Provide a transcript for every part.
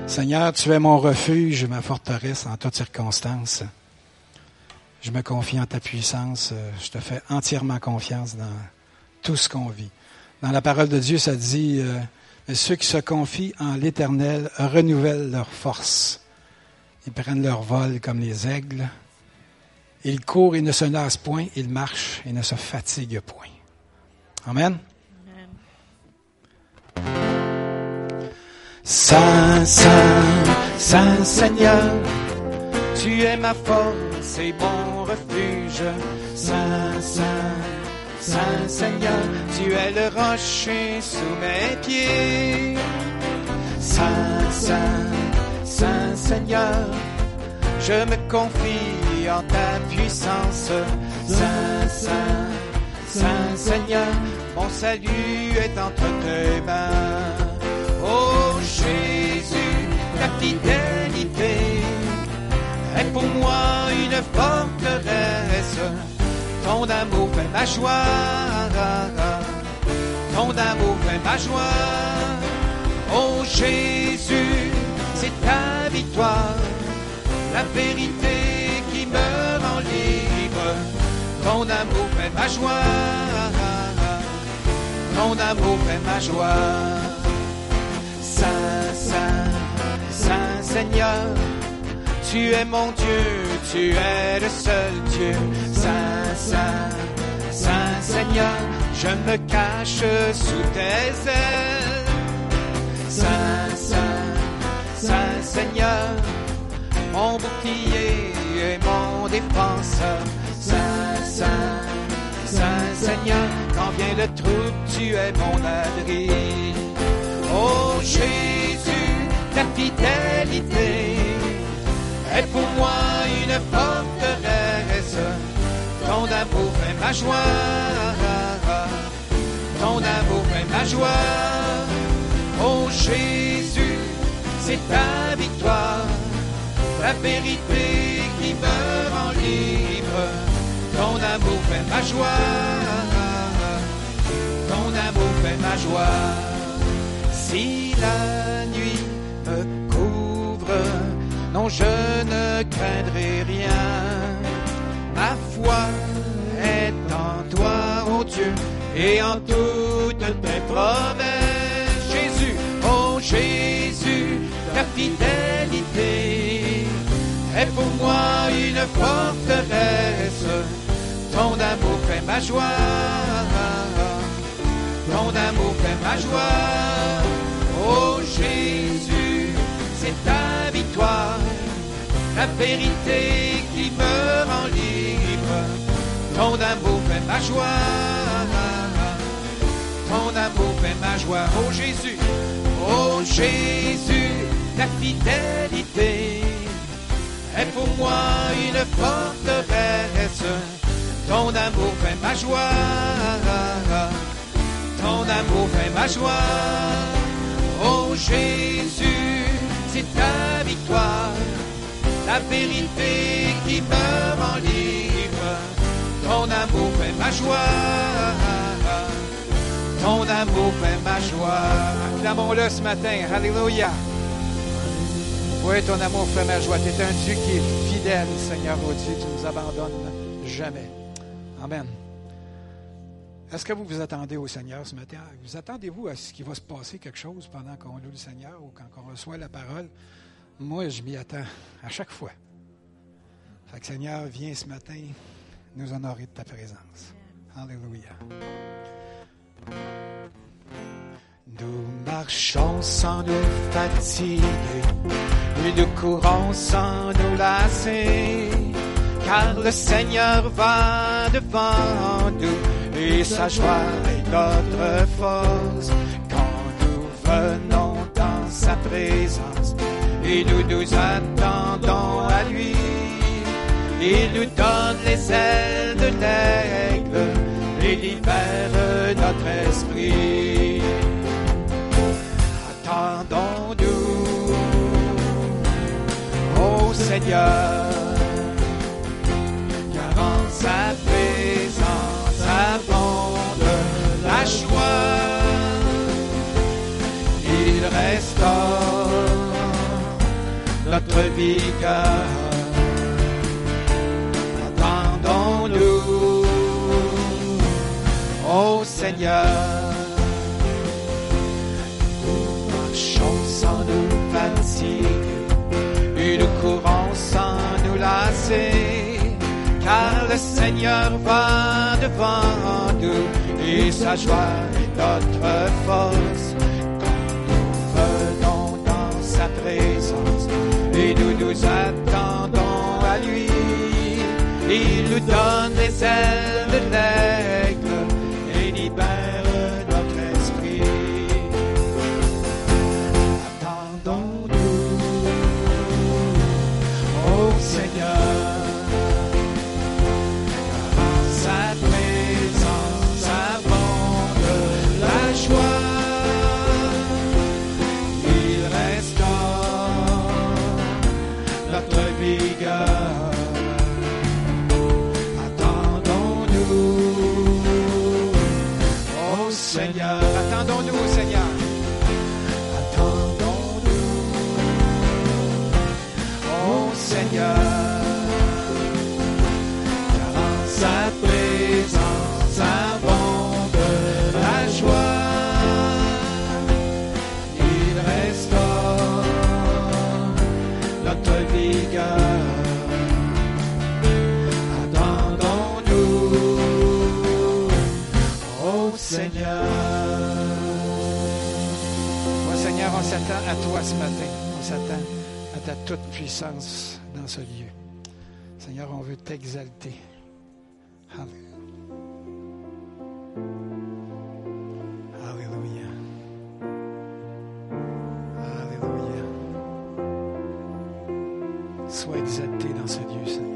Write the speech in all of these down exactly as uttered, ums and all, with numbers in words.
Seigneur, tu es mon refuge, ma forteresse en toutes circonstances. Je me confie en ta puissance. Je te fais entièrement confiance dans tout ce qu'on vit. Dans la parole de Dieu, ça dit euh, « Ceux qui se confient en l'Éternel renouvellent leur force. Ils prennent leur vol comme les aigles. Ils courent et ne se lassent point. Ils marchent et ne se fatiguent point. » Amen. Saint, Saint, Saint Seigneur, tu es ma force et mon refuge. Saint, Saint, Saint Seigneur, tu es le rocher sous mes pieds. Saint, Saint, Saint Seigneur, je me confie en ta puissance. Saint, Saint, Saint Seigneur, mon salut est entre tes mains. Oh Jésus, ta fidélité est pour moi une forteresse. Ton amour fait ma joie, ton amour fait ma joie. Oh Jésus, c'est ta victoire, la vérité qui me rend libre. Ton amour fait ma joie, ton amour fait ma joie. Saint, Saint, Saint Seigneur, tu es mon Dieu, tu es le seul Dieu. Saint, Saint, Saint Seigneur, je me cache sous tes ailes. Saint, Saint, Saint Seigneur, mon bouclier et mon défenseur. Saint, Saint, Saint Seigneur, quand vient le trouble, tu es mon abri. Oh Jésus, ta fidélité est pour moi une forteresse. Ton amour fait ma joie, ton amour fait ma joie. Oh Jésus, c'est ta victoire, la vérité qui me rend libre. Ton amour fait ma joie, ton amour fait ma joie. Si la nuit me couvre, non, je ne craindrai rien. Ma foi est en toi, ô Dieu, et en toutes tes promesses. Jésus, oh Jésus, ta fidélité est pour moi une forteresse. Ton amour fait ma joie, ton amour fait ma joie. Oh Jésus, c'est ta victoire, la vérité qui me rend libre. Ton amour fait ma joie, ton amour fait ma joie. Oh Jésus, oh Jésus, ta fidélité est pour moi une forteresse. Ton amour fait ma joie, ton amour fait ma joie. Oh Jésus, c'est ta victoire, la vérité qui me rend libre. Ton amour fait ma joie, ton amour fait ma joie. Acclamons-le ce matin, alléluia. Oui, ton amour fait ma joie. Tu es un Dieu qui est fidèle, Seigneur, oh Dieu, tu ne nous abandonnes jamais. Amen. Est-ce que vous vous attendez au Seigneur ce matin? Vous attendez-vous à ce qu'il va se passer quelque chose pendant qu'on loue le Seigneur ou quand on reçoit la parole? Moi, je m'y attends à chaque fois. Fait que Seigneur, viens ce matin nous honorer de ta présence. Alléluia. Nous marchons sans nous fatiguer, et nous courons sans nous lasser, car le Seigneur va devant nous. Et sa joie est notre force quand nous venons dans sa présence. Et nous nous attendons à lui. Il nous donne les ailes de l'aigle et libère notre esprit. Attendons-nous, ô Seigneur, car en sa présence abonde la joie. Il restaure notre vigueur. Attendons-nous, ô Seigneur. Nous marchons sans nous fatiguer, et nous courons sans nous lasser, car le Seigneur va devant nous, et sa joie est notre force. Présence, et nous nous attendons à lui. Il nous donne les ailes de l'aigle et libère notre esprit. Attendons-nous, ô Seigneur, car en sa présence abonde la joie. Attendons-nous, ô Seigneur, attendons-nous, Seigneur, attendons-nous, ô Seigneur, car en sa présence abonde la joie, il restaure notre vigueur. Seigneur. Moi, Seigneur, on s'attend à toi ce matin. On s'attend à ta toute puissance dans ce lieu. Seigneur, on veut t'exalter. Alléluia. Alléluia. Alléluia. Sois exalté dans ce lieu, Seigneur.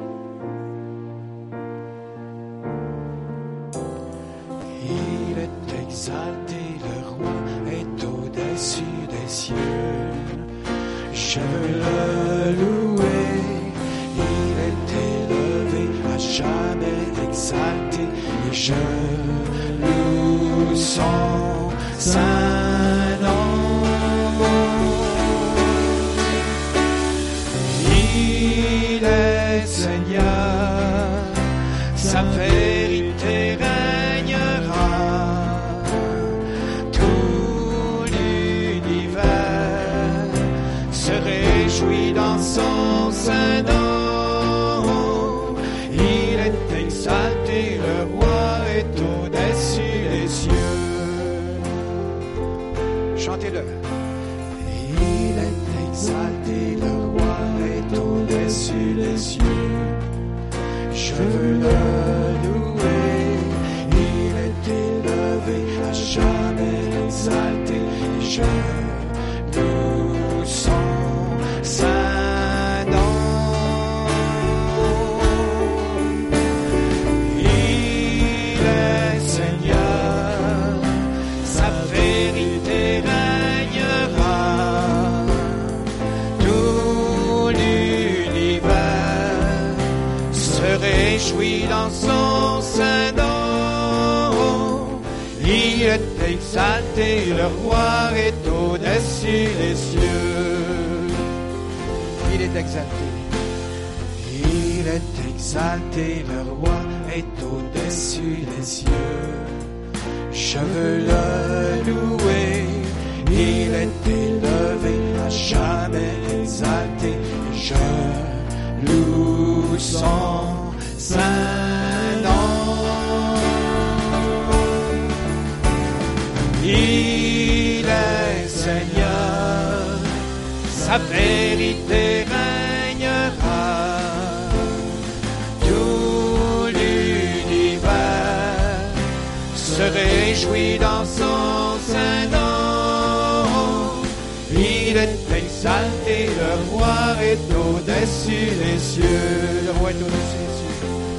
Exalté, le roi est au-dessus des cieux. Je veux le louer, il est élevé, à jamais exalté, et je loue son saint nom. Il est Seigneur, sa vérité régnera. Réjouis dans son saint nom. Il est exalté, le roi est au-dessus des cieux. Chantez-le. Il est exalté, le roi est au-dessus des cieux. Je veux le louer. Il est élevé, à jamais exalté. Je loue son saint nom. Il est Seigneur, sa vérité régnera. Tout l'univers se réjouit dans son saint nom. Il est exalté, le roi est au-dessus des cieux. Il est exalté. Il est exalté, le roi est au-dessus des cieux. Je veux le louer. Il est élevé, à jamais exalté. Je loue son saint nom. Il est Seigneur, sa vérité régnera. Tout l'univers se réjouit dans son saint nom. Il est exalté, le roi est au-dessus des cieux. Le roi est au-dessus des cieux.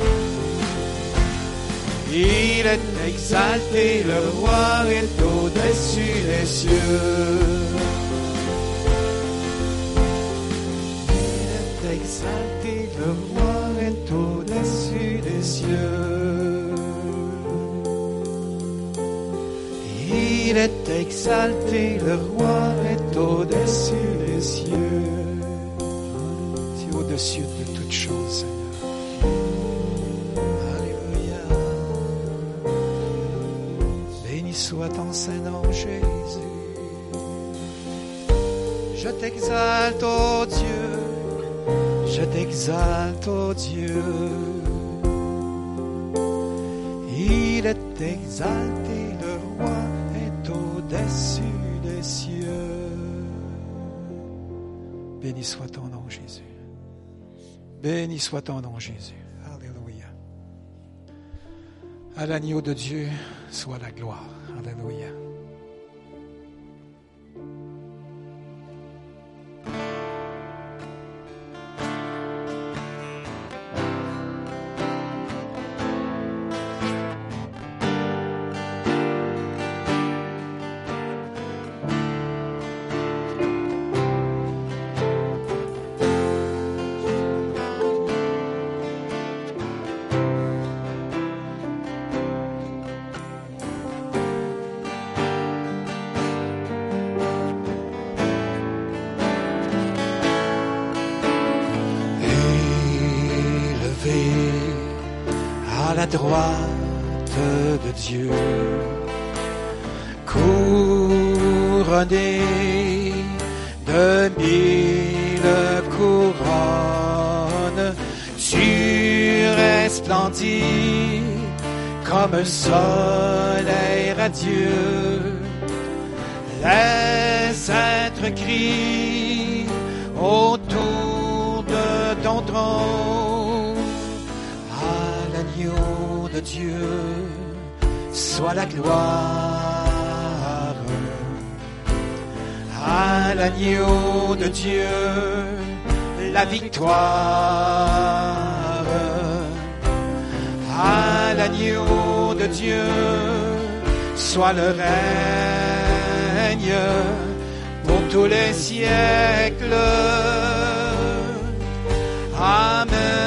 Il est exalté, le roi est au-dessus des cieux. Il est exalté, le roi est au-dessus des cieux. Il est exalté, le roi est au-dessus des cieux. au-dessus de toutes choses, Seigneur. Alléluia. Béni soit ton Saint-Nom, Jésus. Je t'exalte, ô Dieu. Je t'exalte, ô Dieu. Il est exalté, le roi est au-dessus des cieux. Béni soit ton nom, Jésus. Béni soit ton nom, Jésus. Alléluia. À l'agneau de Dieu soit la gloire. Alléluia. Droite de Dieu, couronné de mille couronnes, tu resplendis comme un soleil radieux. Les êtres crient autour de ton trône. De Dieu soit la gloire, à l'agneau de Dieu la victoire, à l'agneau de Dieu soit le règne pour tous les siècles. Amen.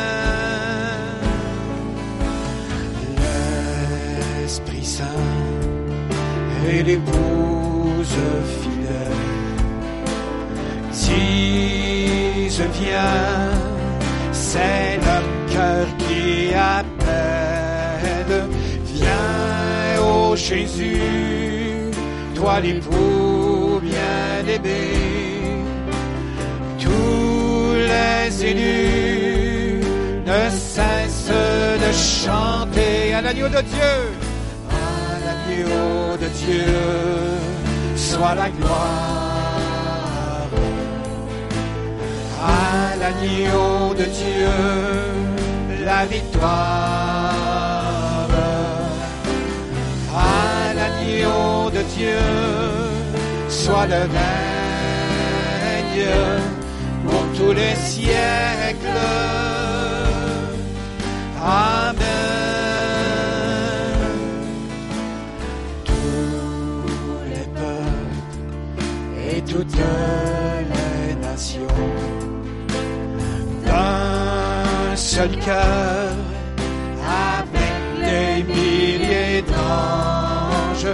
Et l'épouse fidèle disent viens, c'est le cœur qui appelle. Viens, ô Jésus, toi l'époux bien-aimé. Tous les élus ne cessent de chanter à l'agneau de Dieu. De Dieu soit la gloire, à l'agneau de Dieu la victoire, à l'agneau de Dieu soit le règne pour tous les siècles. Amen. Toutes les nations, d'un seul cœur, avec des milliers d'anges,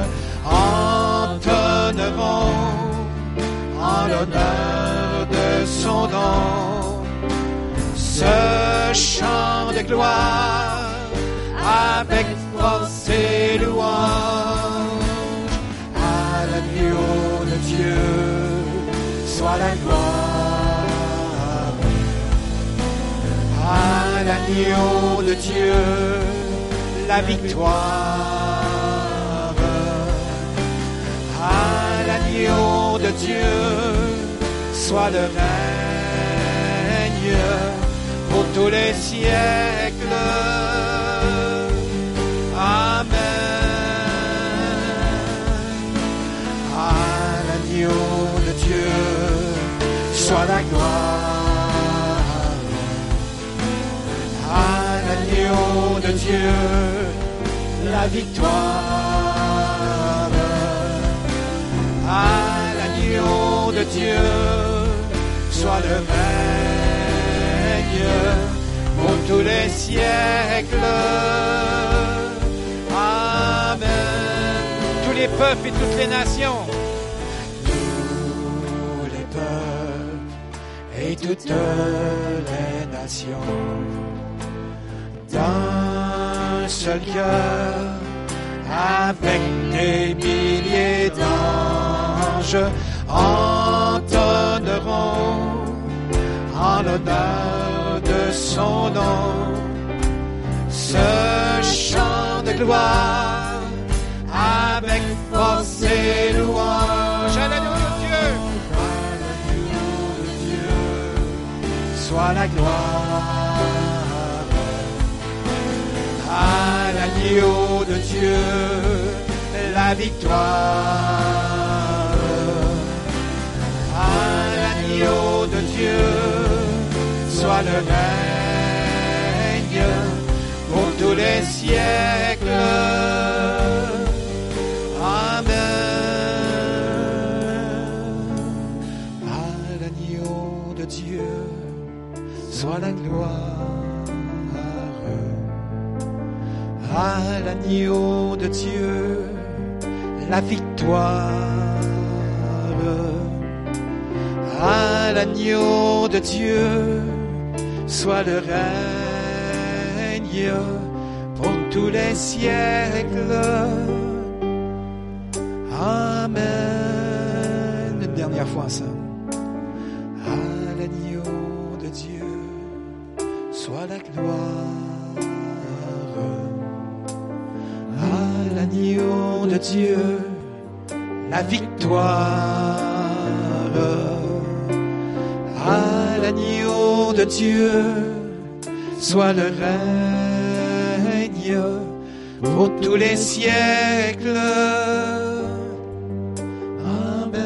entonneront en l'honneur de son nom ce chant de gloire avec force et louange. À l'agneau de Dieu soit la gloire, à l'agneau de Dieu la victoire, à l'agneau de Dieu soit le règne pour tous les siècles. Amen. À l'agneau de Dieu soit la gloire, à l'agneau de Dieu la victoire, à l'agneau de Dieu soit le règne pour tous les siècles. Amen. Tous les peuples et toutes les nations, et toutes les nations d'un seul cœur, avec des milliers d'anges, entonneront en l'honneur de son nom ce chant de gloire avec force et louange. À l'agneau de Dieu, à l'agneau de Dieu, soit la gloire. À l'agneau de Dieu, la victoire. À l'agneau de Dieu, soit le règne pour tous les siècles. Amen. À l'agneau de Dieu, soit la gloire. À l'agneau de Dieu, la victoire. À l'agneau de Dieu, soit le règne pour tous les siècles. Amen. Une dernière fois ça. À l'agneau de Dieu, soit la gloire. À l'agneau de Dieu, la victoire. À l'agneau de Dieu, soit le règne pour tous les siècles. Amen.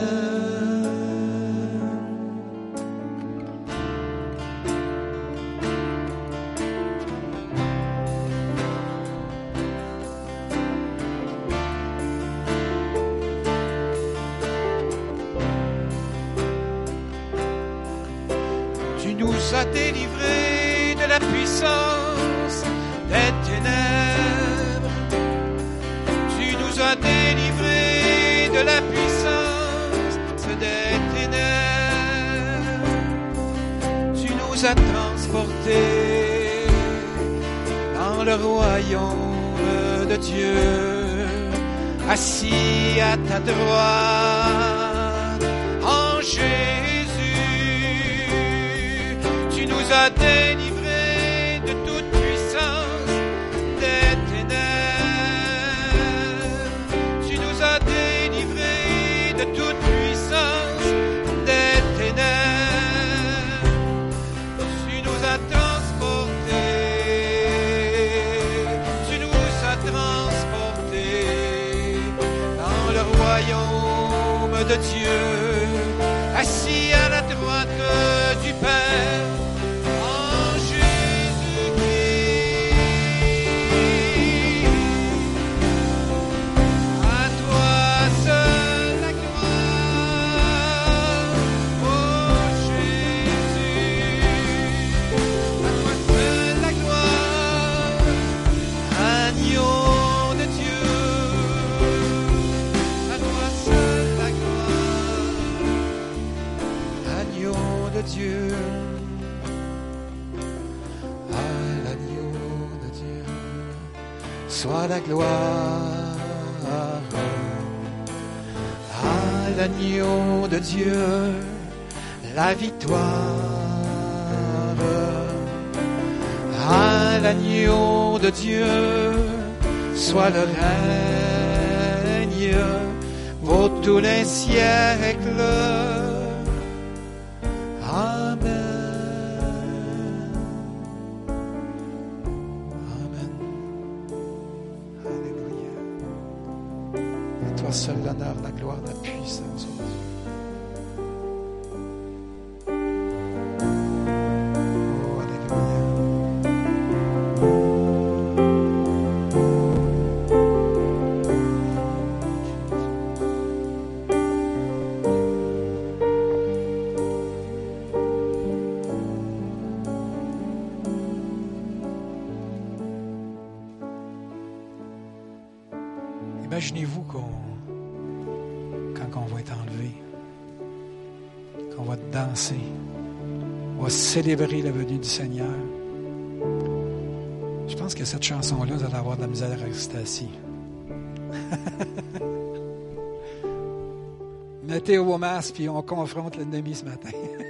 Tu nous as délivrés de la puissance des ténèbres. Tu nous as délivrés de la puissance des ténèbres. Tu nous as transportés dans le royaume de Dieu, assis à ta droite en Jésus. Tu nous as délivrés de toute puissance des ténèbres. Tu nous as délivrés de toute puissance des ténèbres. Tu nous as transportés. Tu nous as transportés dans le royaume de Dieu, assis à la droite du Père. Dieu, à l'agneau de Dieu, soit la gloire. À l'agneau de Dieu, la victoire. À l'agneau de Dieu, soit le règne pour tous les siècles. Seul l'honneur, la gloire, la puissance. Oh, alléluia. Imaginez-vous qu'on quand on va être enlevé, qu'on va danser On va célébrer la venue du Seigneur. Je pense que cette chanson-là, vous allez avoir de la misère à rester assis. Mettez vos masques, puis on confronte l'ennemi ce matin.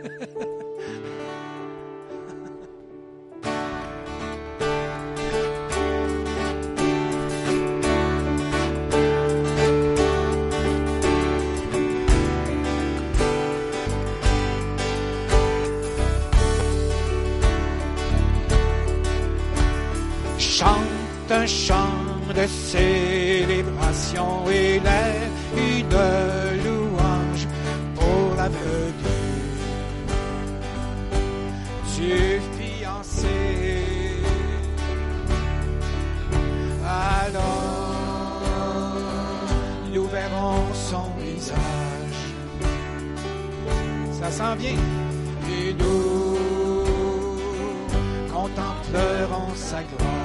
Chante un chant de célébration, élève une louange pour la venue du fiancé. Alors nous verrons son visage, ça s'en vient, et nous contemplerons sa gloire.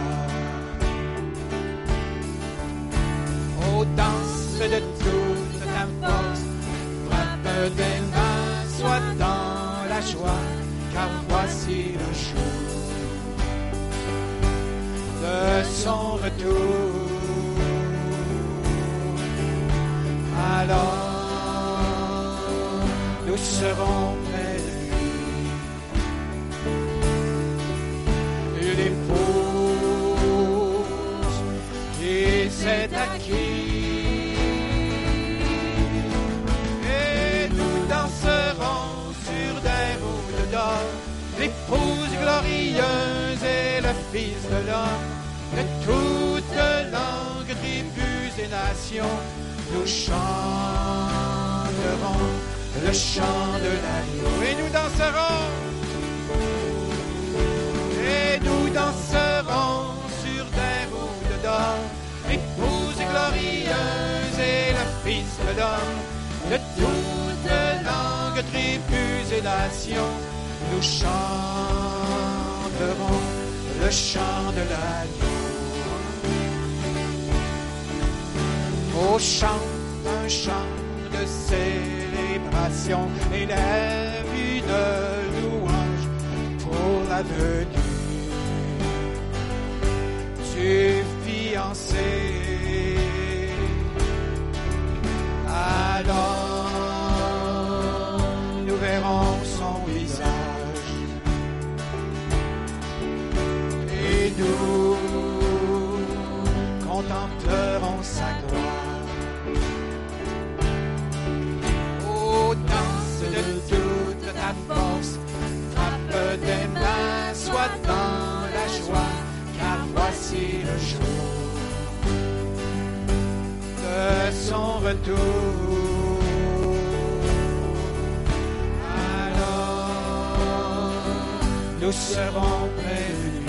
Oh, danse de toute ta force, frappe des mains, sois dans la joie, car voici le jour de son retour. Alors nous serons près de lui, l'épouse qui s'est acquise. L'épouse glorieuse et le Fils de l'homme, de toute langue, tribus et nations, nous chanterons le chant de l'agneau. Et nous danserons, et nous danserons sur des roues d'or, l'épouse glorieuse et le Fils de l'homme, de toute langue, tribus et nations, nous chanterons le chant de l'agneau. Oh, chante un chant de célébration, élève une louange pour la venue du fiancé. Alors nous verrons son visage, nous contemplerons sa gloire. Oh, danse de toute ta force, frappe des mains, sois dans la joie, car voici le jour de son retour. Alors nous serons près de lui,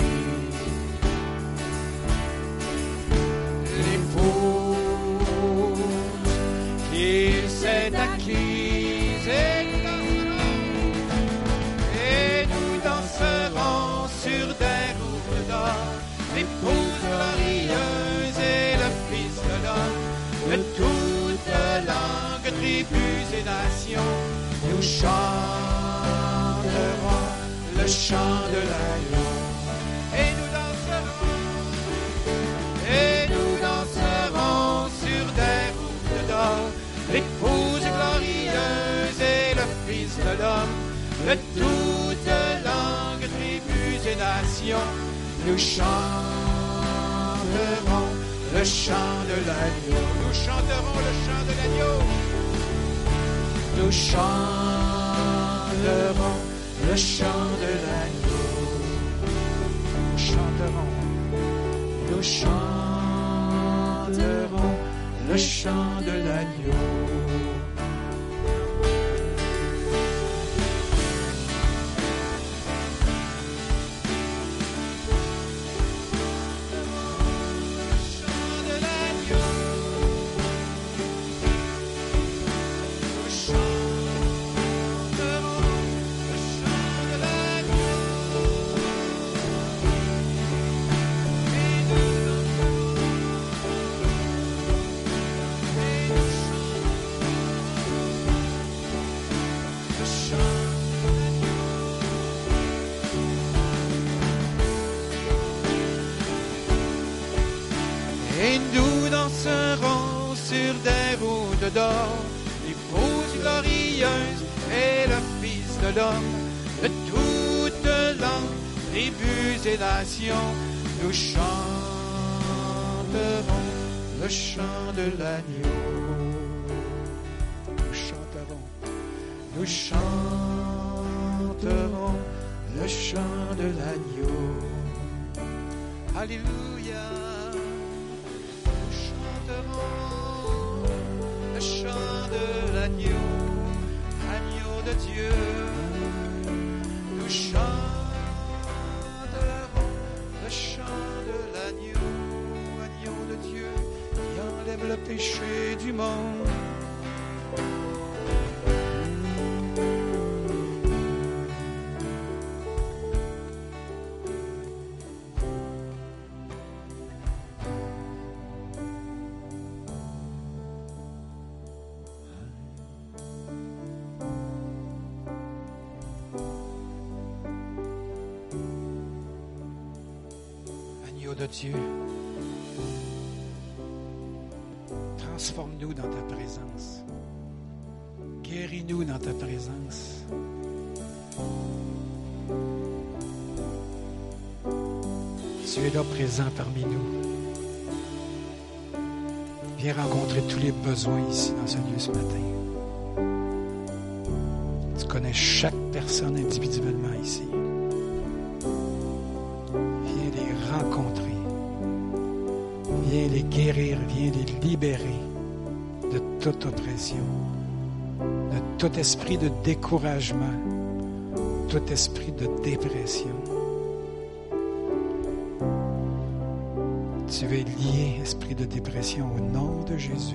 il s'est acquise, et nous danserons sur des roues d'or, l'épouse glorieuse et le Fils de l'homme, de toute langue, tribus et nations, nous chanterons le chant de l'agneau. Et nous danserons, et nous danserons sur des roues d'or, l'épouse glorieuse et le Fils de l'homme, de toute langue, tribus et nations, nous chanterons le chant de l'agneau. Nous chanterons le chant de l'agneau. Nous chanterons le chant de l'agneau. Nous chanterons, nous chanterons le chant de l'agneau. Et nous danserons sur des routes d'or, l'épouse glorieuse et le Fils de l'homme. De toutes langues, tribus et nations, nous chanterons le chant de l'agneau. Nous chanterons, nous chanterons le chant de l'agneau. Alléluia. Nous chanterons le chant de l'agneau, agneau de Dieu. Nous chanterons le chant de l'agneau, agneau de Dieu, qui enlève le péché du monde. De Dieu, transforme-nous dans ta présence, guéris-nous dans ta présence. Tu es là présent parmi nous. Viens rencontrer tous les besoins ici dans ce lieu ce matin. Tu connais chaque personne individuellement ici. Rencontrer, viens les guérir, viens les libérer de toute oppression, de tout esprit de découragement, tout esprit de dépression. Tu es lié, esprit de dépression, au nom de Jésus.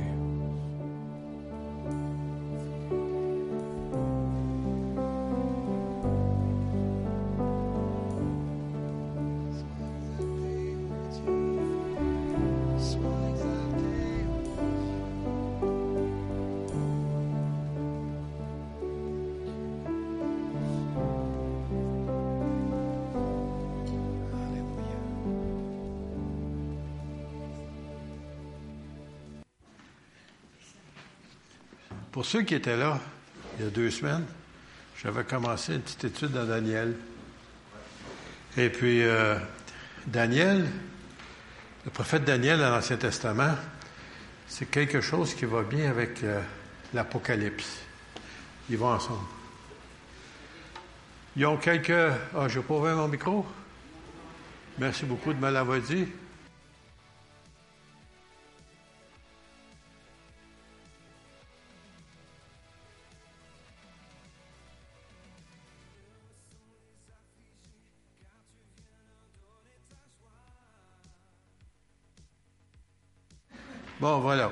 Pour ceux qui étaient là, il y a deux semaines, j'avais commencé une petite étude dans Daniel. Et puis, euh, Daniel, le prophète Daniel dans l'Ancien Testament, c'est quelque chose qui va bien avec euh, l'Apocalypse. Ils vont ensemble. Ils ont quelques... Ah, je n'ai pas ouvert mon micro? Merci beaucoup de me l'avoir dit. Bon, voilà.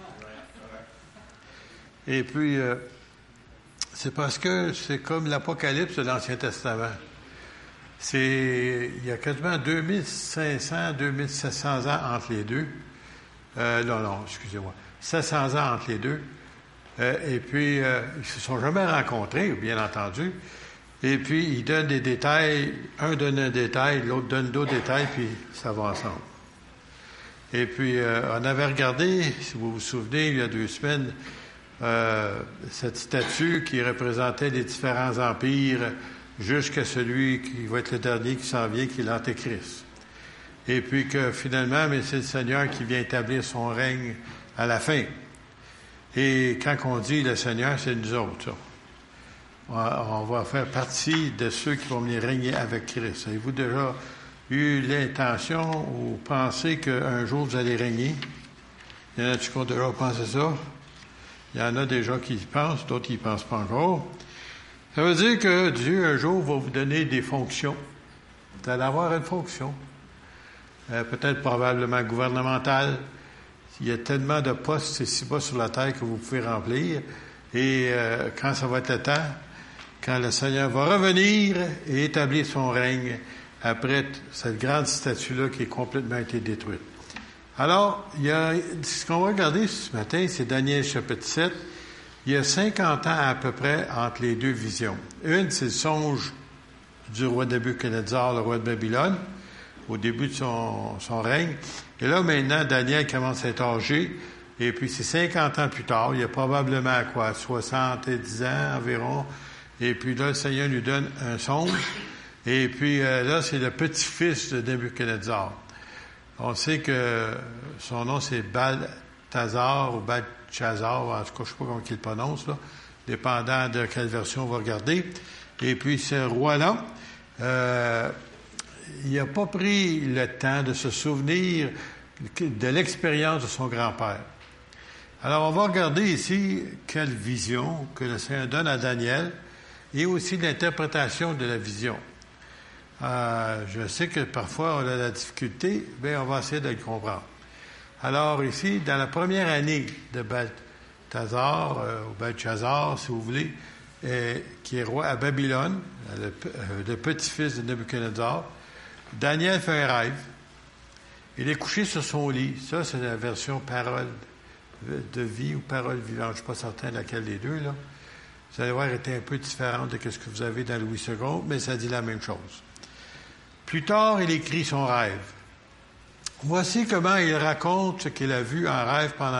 Et puis, euh, c'est parce que c'est comme l'Apocalypse de l'Ancien Testament. C'est, il y a quasiment deux mille cinq cents, deux mille sept cents ans entre les deux. Euh, non, non, excusez-moi. sept cents ans entre les deux. Euh, et puis, euh, ils se sont jamais rencontrés, bien entendu. Et puis, ils donnent des détails. Un donne un détail, l'autre donne d'autres détails, puis ça va ensemble. Et puis, euh, on avait regardé, si vous vous souvenez, il y a deux semaines, euh, cette statue qui représentait les différents empires jusqu'à celui qui va être le dernier qui s'en vient, qui est l'Antéchrist. Et puis que finalement, mais c'est le Seigneur qui vient établir son règne à la fin. Et quand on dit le Seigneur, c'est nous autres. Ça. On, on va faire partie de ceux qui vont venir régner avec Christ. Avez-vous déjà eu l'intention ou pensé qu'un jour vous allez régner? Il y en a qui ont déjà pensé ça? Il y en a déjà qui y pensent, d'autres qui n'y pensent pas encore. Ça veut dire que Dieu, un jour, va vous donner des fonctions. Vous allez avoir une fonction. Euh, peut-être probablement gouvernementale. Il y a tellement de postes ici-bas sur la terre que vous pouvez remplir. Et euh, quand ça va être le temps, quand le Seigneur va revenir et établir son règne après cette grande statue-là qui est complètement été détruite. Alors, il y a, ce qu'on va regarder ce matin, c'est Daniel chapitre sept. Il y a cinquante ans à peu près entre les deux visions. Une, c'est le songe du roi Nebuchadnezzar, le roi de Babylone. au début de son, son règne. Et là, maintenant, Daniel commence à être âgé. Et puis, c'est cinquante ans plus tard. Il y a probablement, quoi, soixante-dix ans environ. Et puis là, le Seigneur lui donne un songe. Et puis euh, là, c'est le petit-fils de Nebuchadnezzar. On sait que son nom, c'est Balthazar ou Belshazzar, en tout cas, je ne sais pas comment il le prononce, là, dépendant de quelle version on va regarder. Et puis, ce roi-là, euh, il n'a pas pris le temps de se souvenir de l'expérience de son grand-père. Alors, on va regarder ici quelle vision que le Seigneur donne à Daniel et aussi l'interprétation de la vision. Euh, je sais que parfois on a la difficulté, mais on va essayer de le comprendre. Alors ici, dans la première année de Balthazar, euh, ou Belshazzar, si vous voulez, euh, qui est roi à Babylone, le, euh, le petit-fils de Nebuchadnezzar, Daniel fait un rêve. Il est couché sur son lit. Ça, c'est la version parole de vie ou parole vivante. Je ne suis pas certain de laquelle des deux, là. Vous allez voir, elle était un peu différente de ce que vous avez dans Louis second, mais ça dit la même chose. Plus tard, il écrit son rêve. Voici comment il raconte ce qu'il a vu en rêve pendant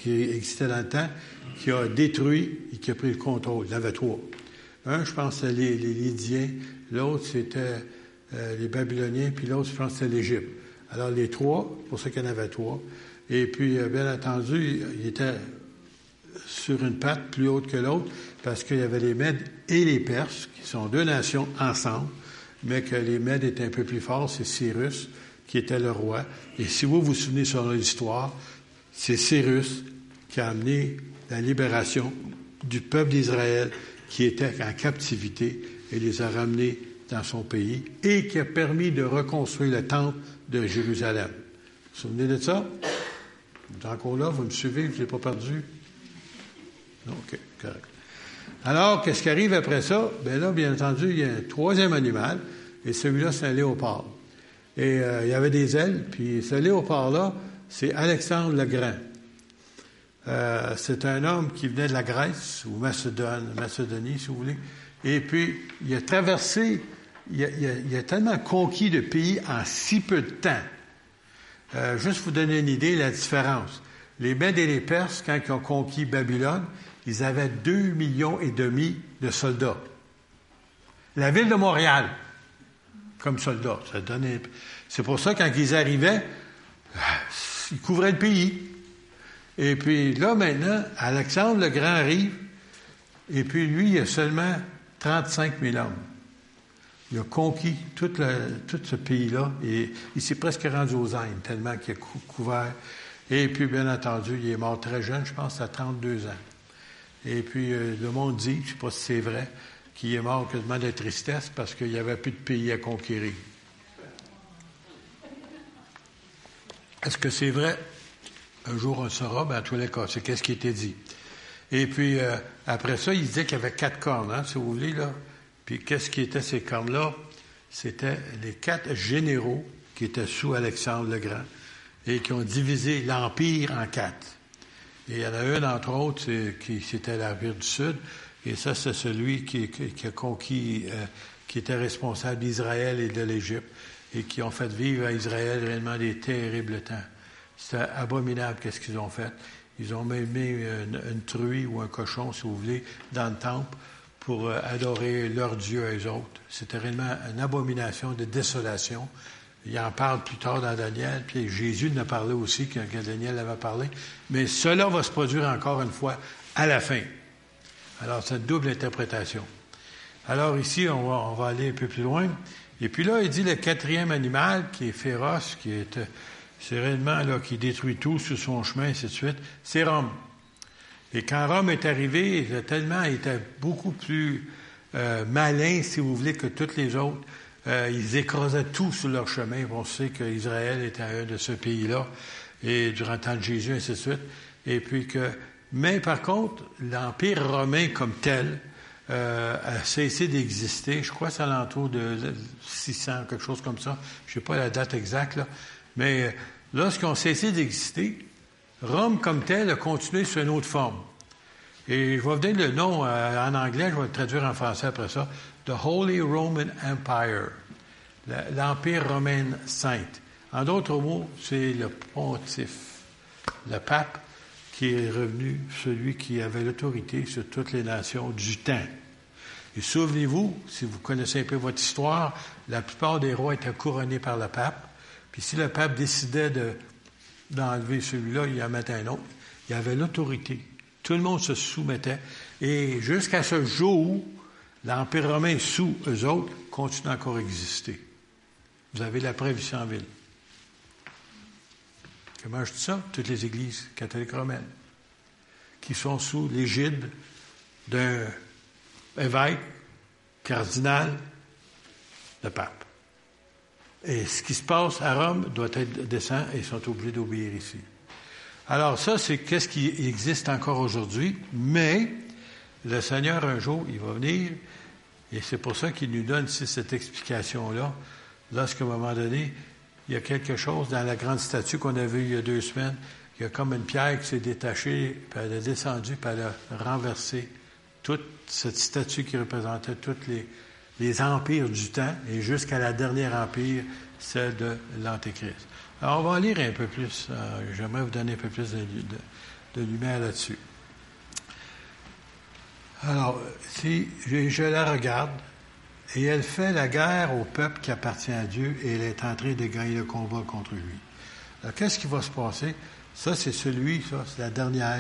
qui existait dans le temps, qui a détruit et qui a pris le contrôle. Il y en avait trois. Un, je pense, c'était les, les Lydiens. L'autre, c'était euh, les Babyloniens. Puis l'autre, je pense, c'était l'Égypte. Alors, les trois, pour ça qu'il y en avait trois. Et puis, euh, bien entendu, il était sur une patte plus haute que l'autre parce qu'il y avait les Mèdes et les Perses, qui sont deux nations ensemble, mais que les Mèdes étaient un peu plus forts. C'est Cyrus qui était le roi. Et si vous vous souvenez sur l'histoire, c'est Cyrus qui a amené la libération du peuple d'Israël qui était en captivité et les a ramenés dans son pays et qui a permis de reconstruire le temple de Jérusalem. Vous vous souvenez de ça? Vous êtes encore là? Vous me suivez? Je ne l'ai pas perdu? Non, OK, correct. Alors, qu'est-ce qui arrive après ça? Bien là, bien entendu, il y a un troisième animal, et celui-là, c'est un léopard. Et euh, il y avait des ailes, puis ce léopard-là, c'est Alexandre le Grand. Euh, c'est un homme qui venait de la Grèce, ou Macédoine, Macédonie, si vous voulez. Et puis, il a traversé, il a, il a, il a tellement conquis de pays en si peu de temps. Euh, juste vous donner une idée, la différence. Les Mèdes et les Perses, quand ils ont conquis Babylone, ils avaient deux millions et demi de soldats. La ville de Montréal, comme soldats, ça donnait. C'est pour ça, quand ils arrivaient, ils couvraient le pays. Et puis là, maintenant, Alexandre le Grand arrive, et puis lui, il a seulement trente-cinq mille hommes. Il a conquis tout, le, tout ce pays-là, et il s'est presque rendu aux Indes, tellement qu'il a cou- couvert. Et puis, bien entendu, il est mort très jeune, je pense, à trente-deux ans. Et puis, euh, le monde dit, je ne sais pas si c'est vrai, qu'il est mort quasiment de tristesse parce qu'il n'y avait plus de pays à conquérir. Est-ce que c'est vrai? Un jour, on le saura, bien, en tous les cas, c'est qu'est-ce qui était dit. Et puis, euh, après ça, il disait qu'il y avait quatre cornes, hein, si vous voulez, là. Puis, qu'est-ce qui étaient ces cornes-là? C'était les quatre généraux qui étaient sous Alexandre le Grand et qui ont divisé l'Empire en quatre. Et il y en a un, entre autres, c'est, qui, c'était l'Empire du Sud, et ça, c'est celui qui, qui, qui a conquis, euh, qui était responsable d'Israël et de l'Égypte, et qui ont fait vivre à Israël réellement des terribles temps. C'était abominable, qu'est-ce qu'ils ont fait. Ils ont même mis une, une truie ou un cochon, si vous voulez, dans le temple pour euh, adorer leur Dieu à eux autres. C'était réellement une abomination de désolation. Il en parle plus tard dans Daniel, puis Jésus en a parlé aussi, quand Daniel avait parlé. Mais cela va se produire encore une fois à la fin. Alors, c'est une double interprétation. Alors ici, on va, on va aller un peu plus loin. Et puis là, il dit le quatrième animal, qui est féroce, qui est, c'est réellement là, qui détruit tout sur son chemin, et ainsi de suite, c'est Rome. Et quand Rome est arrivé, il a tellement, il était beaucoup plus euh, malin, si vous voulez, que tous les autres. Euh, ils écrasaient tout sur leur chemin. On sait qu'Israël était un de ce pays-là, et durant le temps de Jésus, ainsi de suite. Et puis que, mais par contre, l'Empire romain comme tel euh, a cessé d'exister. Je crois que c'est à l'entour de six cents, quelque chose comme ça. Je ne sais pas la date exacte, là. Mais lorsqu'ils ont cessé d'exister, Rome comme tel a continué sur une autre forme. Et je vais vous donner le nom euh, en anglais, je vais le traduire en français après ça. The Holy Roman Empire, l'Empire romain sainte. En d'autres mots, c'est le pontife, le pape, qui est revenu, celui qui avait l'autorité sur toutes les nations du temps. Et souvenez-vous, si vous connaissez un peu votre histoire, la plupart des rois étaient couronnés par le pape. Puis si le pape décidait de, d'enlever celui-là, il en mettait un autre, il avait l'autorité. Tout le monde se soumettait. Et jusqu'à ce jour, l'Empire romain sous eux autres continue encore à exister. Vous avez la preuve ici en ville. Comment je dis ça? Toutes les églises catholiques romaines qui sont sous l'égide d'un évêque, cardinal, le pape. Et ce qui se passe à Rome doit être décent et ils sont obligés d'obéir ici. Alors ça, c'est qu'est-ce qui existe encore aujourd'hui, mais le Seigneur, un jour, il va venir, et c'est pour ça qu'il nous donne ici cette explication-là, lorsqu'à un moment donné, il y a quelque chose dans la grande statue qu'on a vue il y a deux semaines, il y a comme une pierre qui s'est détachée, puis elle a descendu, puis elle a renversé toute cette statue qui représentait tous les, les empires du temps, et jusqu'à la dernière empire, celle de l'Antéchrist. Alors, on va lire un peu plus, euh, j'aimerais vous donner un peu plus de, de, de lumière là-dessus. Alors, si je, je la regarde, et elle fait la guerre au peuple qui appartient à Dieu, et elle est en train de gagner le combat contre lui. Alors, qu'est-ce qui va se passer? Ça, c'est celui, ça, c'est la dernière.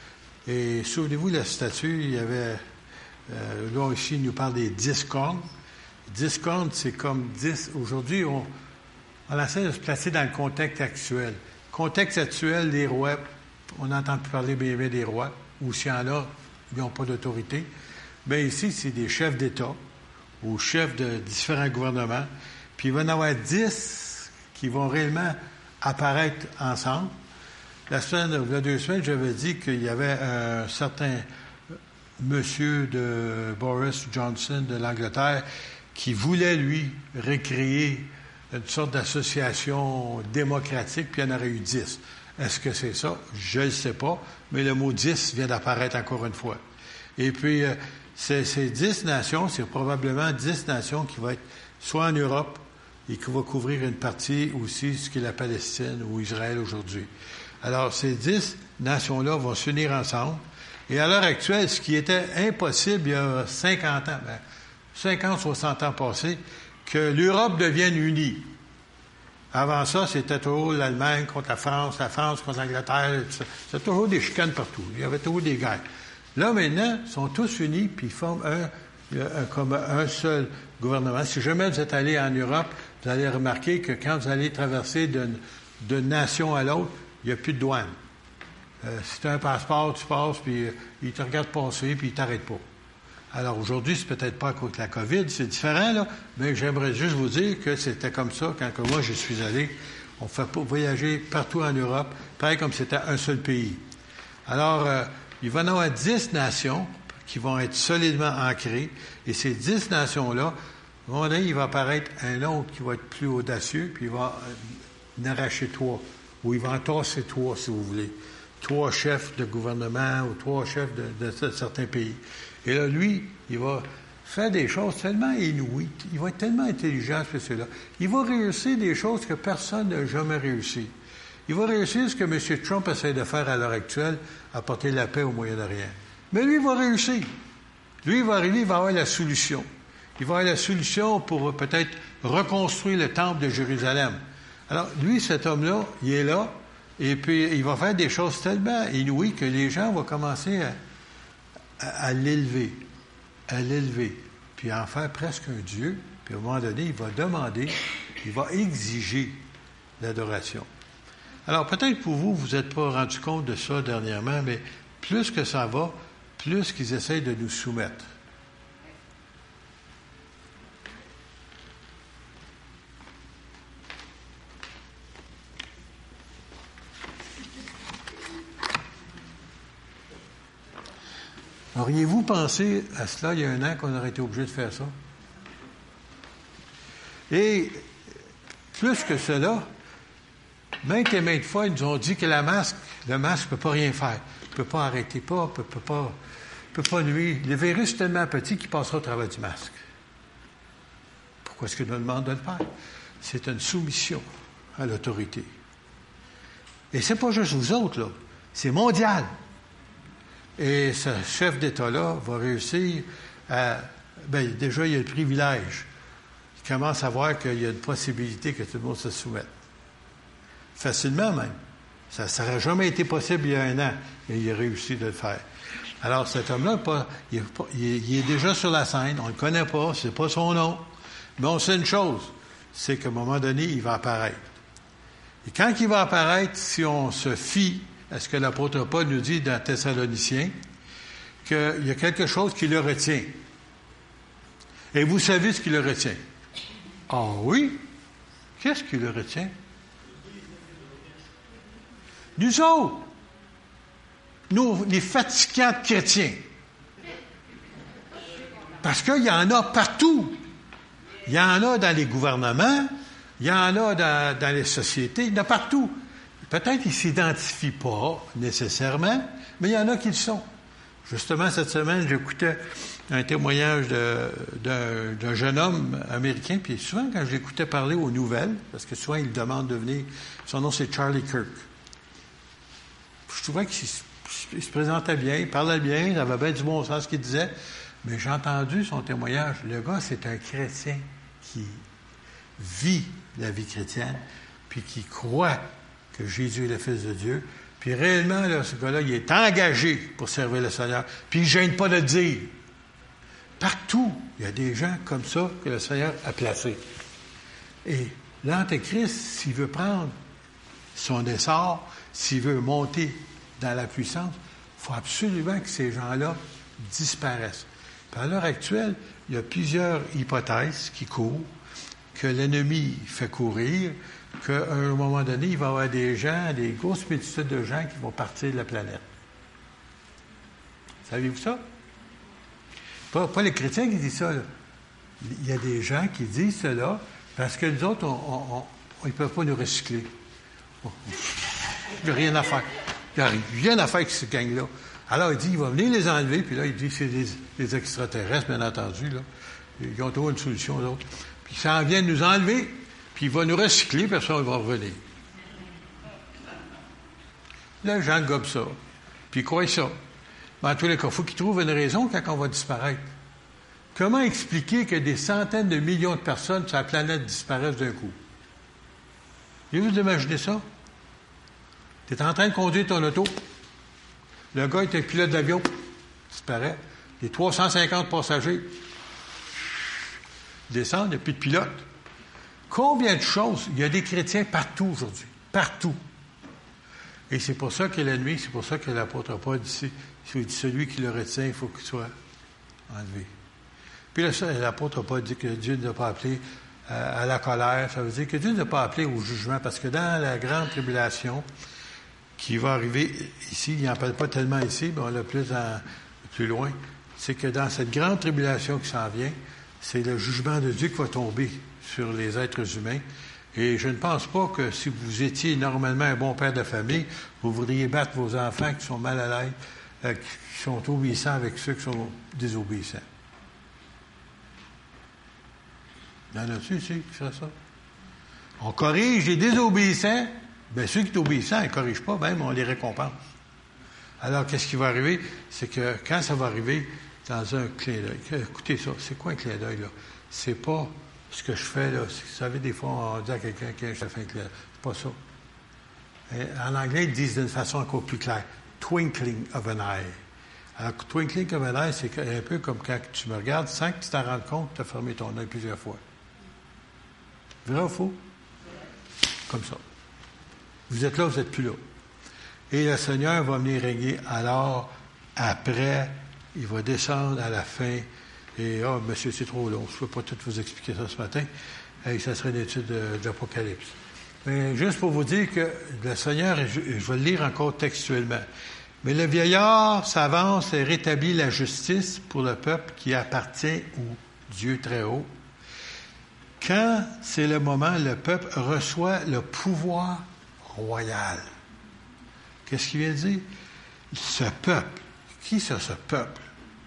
Et souvenez-vous, la statue, il y avait, euh, là, ici, il nous parle des dix cornes. Dix cornes, c'est comme dix. Aujourd'hui, on, on essaie de se placer dans le contexte actuel. Contexte actuel, les rois, on n'entend plus parler bien, bien des rois, ou s'il y en a, ils n'ont pas d'autorité. Bien, ici, c'est des chefs d'État, ou chefs de différents gouvernements. Puis il va y en avoir dix qui vont réellement apparaître ensemble. La semaine, il y a deux semaines, j'avais dit qu'il y avait un certain monsieur de Boris Johnson de l'Angleterre qui voulait, lui, recréer une sorte d'association démocratique, puis il y en aurait eu dix. Est-ce que c'est ça? Je ne le sais pas, mais le mot dix vient d'apparaître encore une fois. Et puis, euh, ces, ces dix nations, c'est probablement dix nations qui vont être soit en Europe et qui vont couvrir une partie aussi, ce qu'est la Palestine ou Israël aujourd'hui. Alors, ces dix nations-là vont s'unir ensemble. Et à l'heure actuelle, ce qui était impossible il y a cinquante ans, ben, cinquante, soixante ans passés, que l'Europe devienne unie. Avant ça, c'était toujours l'Allemagne contre la France, la France contre l'Angleterre. C'était toujours des chicanes partout. Il y avait toujours des guerres. Là, maintenant, ils sont tous unis, puis ils forment un, un, comme un seul gouvernement. Si jamais vous êtes allé en Europe, vous allez remarquer que quand vous allez traverser d'une, d'une nation à l'autre, il n'y a plus de douane. Euh, si tu as un passeport, tu passes, puis euh, ils te regardent passer, puis ils ne t'arrêtent pas. Alors aujourd'hui, c'est peut-être pas à cause de la COVID, c'est différent, là, mais j'aimerais juste vous dire que c'était comme ça quand que moi je suis allé. On fait pas voyager partout en Europe, pareil comme c'était un seul pays. Alors, euh, il va y en avoir dix nations qui vont être solidement ancrées, et ces dix nations-là, à un moment donné, il va apparaître un autre qui va être plus audacieux, puis il va en arracher trois, ou il va en tasser trois, si vous voulez. Trois chefs de gouvernement ou trois chefs de, de, de certains pays. Et là, lui, il va faire des choses tellement inouïes, il va être tellement intelligent, ce cela. Il va réussir des choses que personne n'a jamais réussi. Il va réussir ce que M. Trump essaie de faire à l'heure actuelle, apporter la paix au Moyen-Orient. Mais lui, il va réussir. Lui, il va arriver, il va avoir la solution. Il va avoir la solution pour peut-être reconstruire le temple de Jérusalem. Alors, lui, cet homme-là, il est là, et puis il va faire des choses tellement inouïes que les gens vont commencer à, à, à l'élever, à l'élever, puis à en faire presque un Dieu, puis à un moment donné, il va demander, il va exiger l'adoration. Alors, peut-être pour vous, vous n'êtes pas rendu compte de ça dernièrement, mais plus que ça va, plus qu'ils essayent de nous soumettre. Auriez-vous pensé à cela il y a un an qu'on aurait été obligé de faire ça? Et plus que cela, maintes et maintes fois, ils nous ont dit que la masque, le masque ne peut pas rien faire. Il ne peut pas arrêter pas, ne peut, peut pas, peut pas nuire. Le virus est tellement petit qu'il passera au travers du masque. Pourquoi est-ce qu'il nous demande de le faire? C'est une soumission à l'autorité. Et c'est pas juste vous autres, là. C'est mondial. Et ce chef d'État-là va réussir à... Bien, déjà, il y a le privilège. Il commence à voir qu'il y a une possibilité que tout le monde se soumette. Facilement, même. Ça n'aurait jamais été possible il y a un an, mais il a réussi de le faire. Alors, cet homme-là, pas, il, est pas, il, est, il est déjà sur la scène, on ne le connaît pas, c'est pas son nom. Mais on sait une chose, c'est qu'à un moment donné, il va apparaître. Et quand il va apparaître, si on se fie à ce que l'apôtre Paul nous dit dans Thessaloniciens, qu'il y a quelque chose qui le retient. Et vous savez ce qui le retient. Ah oui? Qu'est-ce qui le retient? Nous autres, nous, les fatigants chrétiens. Parce qu'il y en a partout. Il y en a dans les gouvernements, il y en a dans, dans les sociétés, il y en a partout. Peut-être qu'ils ne s'identifient pas nécessairement, mais il y en a qui le sont. Justement, cette semaine, j'écoutais un témoignage de, d'un, d'un jeune homme américain, puis souvent, quand je l'écoutais parler aux nouvelles, parce que souvent, il demande de venir, son nom, c'est Charlie Kirk. Je trouvais que il se présentait bien, il parlait bien, il avait bien du bon sens ce qu'il disait, mais j'ai entendu son témoignage. Le gars, c'est un chrétien qui vit la vie chrétienne, puis qui croit que Jésus est le Fils de Dieu. Puis réellement, là, ce gars-là, il est engagé pour servir le Seigneur, puis il ne gêne pas de le dire. Partout, il y a des gens comme ça que le Seigneur a placés. Et l'Antéchrist, s'il veut prendre son essor, s'il veut monter dans la puissance, il faut absolument que ces gens-là disparaissent. Puis à l'heure actuelle, il y a plusieurs hypothèses qui courent, que l'ennemi fait courir, qu'à un moment donné, il va y avoir des gens, des grosses multitudes de gens qui vont partir de la planète. Saviez-vous ça? Pas, pas les chrétiens qui disent ça, là. Il y a des gens qui disent cela parce que nous autres, on, on, on, ils ne peuvent pas nous recycler. Il n'y a rien à faire. Il n'y a rien à faire avec cette gang-là. Alors, il dit, il va venir les enlever, puis là, il dit, c'est des, des extraterrestres, bien entendu, là. Ils ont trouvé une solution, eux autres. Puis, ça en vient de nous enlever, puis il va nous recycler, puis ça, il va revenir. Là, les gens gobent ça, puis ils croient ça. Mais en tous les cas, il faut qu'ils trouvent une raison quand on va disparaître. Comment expliquer que des centaines de millions de personnes sur la planète disparaissent d'un coup? Avez-vous imaginé ça? Tu es en train de conduire ton auto. Le gars est un pilote d'avion. Disparaît. Les trois cent cinquante passagers descendent, il n'y a plus de pilote. Combien de choses? Il y a des chrétiens partout aujourd'hui. Partout. Et c'est pour ça que l'ennemi, c'est pour ça que l'apôtre Paul dit, celui qui le retient, il faut qu'il soit enlevé. Puis là, l'apôtre Paul dit que Dieu ne l'a pas appelé euh, à la colère. Ça veut dire que Dieu ne l'a pas appelé au jugement, parce que dans la grande tribulation qui va arriver ici, il n'en parle pas tellement ici, mais on l'a plus, en, plus loin, c'est que dans cette grande tribulation qui s'en vient, c'est le jugement de Dieu qui va tomber sur les êtres humains. Et je ne pense pas que si vous étiez normalement un bon père de famille, vous voudriez battre vos enfants qui sont mal à l'aise, euh, qui sont obéissants avec ceux qui sont désobéissants. Il y en a-tu ici qui ferait ça? On corrige les désobéissants, bien ceux qui sont obéissants, ils ne corrigent pas, même on les récompense. Alors, qu'est-ce qui va arriver? C'est que quand ça va arriver dans un clin d'œil, écoutez ça, c'est quoi un clin d'œil, là? C'est pas ce que je fais, là. Vous savez, des fois, on dit à quelqu'un que je fais un clin d'œil. C'est pas ça. Et en anglais, ils disent d'une façon encore plus claire. Twinkling of an eye. Alors, twinkling of an eye, c'est un peu comme quand tu me regardes sans que tu t'en rendes compte, tu as fermé ton œil plusieurs fois. Vrai ou faux? Comme ça. Vous êtes là, vous n'êtes plus là. Et le Seigneur va venir régner. Alors, après, il va descendre à la fin. Et, ah, oh, monsieur, c'est trop long. Je ne peux pas tout vous expliquer ça ce matin. Et ça serait une étude de, de l'Apocalypse. Mais juste pour vous dire que le Seigneur, je, je vais le lire encore textuellement. Mais le vieillard s'avance et rétablit la justice pour le peuple qui appartient au Dieu très haut. Quand c'est le moment, le peuple reçoit le pouvoir royal. Qu'est-ce qu'il vient de dire? Ce peuple. Qui c'est ce peuple?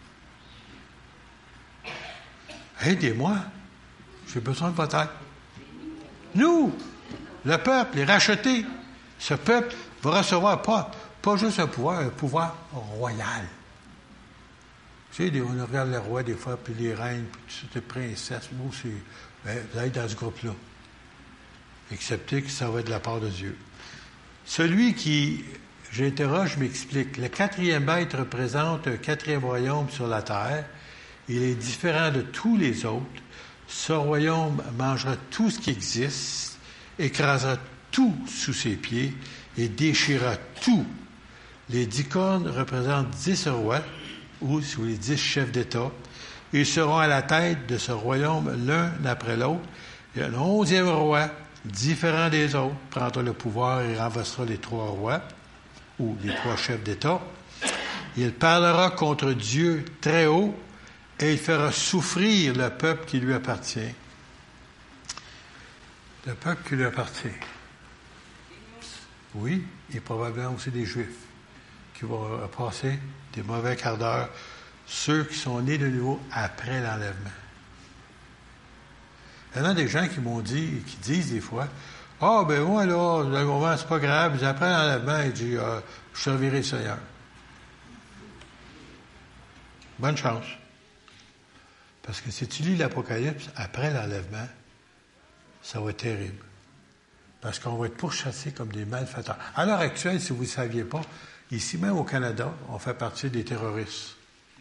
Aidez-moi. J'ai besoin de votre aide. Nous, le peuple, les rachetés. Ce peuple va recevoir pas, pas juste un pouvoir, un pouvoir royal. Tu sais, on regarde les rois des fois, puis les reines, puis toutes les princesses. Nous, c'est, ben, vous allez dans ce groupe-là. Excepté que ça va être de la part de Dieu. Celui qui, j'interroge, m'explique. Le quatrième bête représente un quatrième royaume sur la terre. Il est différent de tous les autres. Ce royaume mangera tout ce qui existe, écrasera tout sous ses pieds et déchirera tout. Les dix cornes représentent dix rois, ou sous les dix chefs d'État. Ils seront à la tête de ce royaume l'un après l'autre. Et un onzième roi, différent des autres, prendra le pouvoir et renversera les trois rois, ou les trois chefs d'État. Il parlera contre Dieu très haut, et il fera souffrir le peuple qui lui appartient. Le peuple qui lui appartient. Oui, et probablement aussi des Juifs, qui vont passer des mauvais quarts d'heure, ceux qui sont nés de nouveau après l'enlèvement. Il y en a des gens qui m'ont dit, qui disent des fois, « Ah, ben moi, là, le moment, c'est pas grave, après l'enlèvement, il dit, ah, je servirai le Seigneur. » Bonne chance. Parce que si tu lis l'Apocalypse, après l'enlèvement, ça va être terrible. Parce qu'on va être pourchassés comme des malfaiteurs. À l'heure actuelle, si vous ne saviez pas, ici même au Canada, on fait partie des terroristes.